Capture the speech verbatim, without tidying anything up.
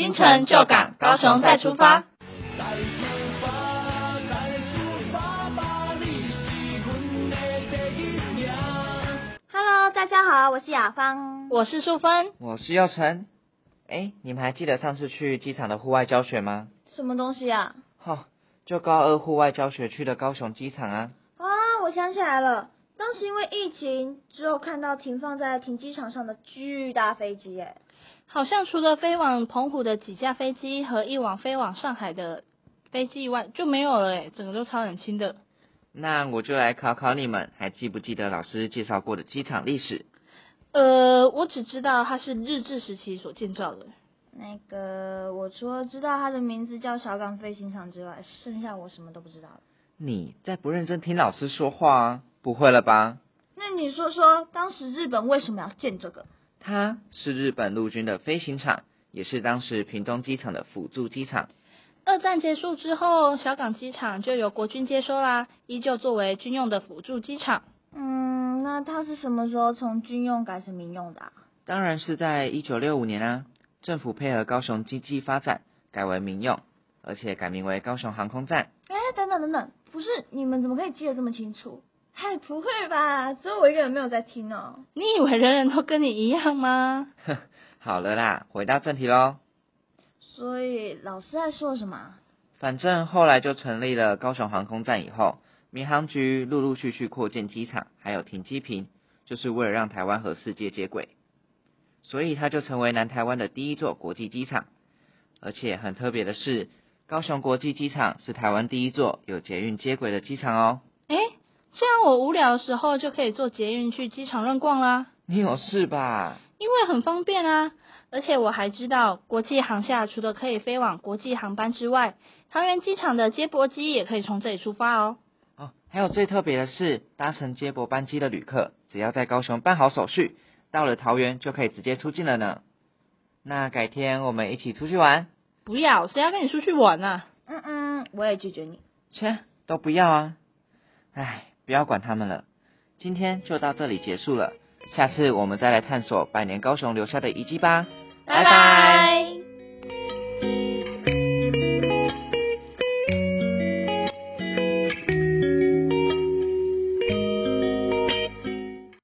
新城旧港，高雄再出发。 Hello， 大家好，我是雅芳， 我是淑芬， 我是佑成。哎，你们还记得上次去机场的户外教学吗？ 什么东西啊？ 哦，就高二户外教学去的高雄机场啊。 啊，我想起来了，当时因为疫情，只有看到停放在停机场上的巨大飞机耶。 好像除了飞往澎湖的几架飞机和一往飞往上海的飞机以外，就没有了诶，整个都超冷清的。 那我就来考考你们，还记不记得老师介绍过的机场历史？ 呃，我只知道它是日治时期所建造的。 那个，我除了知道它的名字叫小港飞行场之外，剩下我什么都不知道了。 你再不认真听老师说话啊，不会了吧？ 那你说说，当时日本为什么要建这个？ 它是日本陆军的飞行场，也是当时屏东机场的辅助机场。 二战结束之后，小港机场就由国军接收啦，依旧作为军用的辅助机场。 嗯，那它是什么时候从军用改成民用的啊？ 当然是在一九六五年啊，政府配合高雄经济发展，改为民用，而且改名为高雄航空站。 哎，等等等等，不是，你们怎么可以记得这么清楚？嗨，不会吧？只有我一个人没有在听哦。 你以为人人都跟你一样吗？ 好了啦，回到正题咯。 所以老师在说什么？ 反正后来就成立了高雄航空站以后，民航局陆陆续续扩建机场，还有停机坪，就是为了让台湾和世界接轨。所以它就成为南台湾的第一座国际机场。而且很特别的是，高雄国际机场是台湾第一座有捷运接轨的机场哦。 诶，这样我无聊的时候就可以坐捷运去机场乱逛啦。 你有事吧？ 因为很方便啊，而且我还知道国际航厦除了可以飞往国际航班之外，桃园机场的接驳机也可以从这里出发哦。 哦，还有最特别的是，搭乘接驳班机的旅客，只要在高雄办好手续，到了桃园就可以直接出境了呢。那改天我们一起出去玩？ 不要，谁要跟你出去玩啊？ 嗯嗯，我也拒绝你。 切，都不要啊！唉，不要管他们了。今天就到这里结束了，下次我们再来探索百年高雄留下的遗迹吧。 拜拜。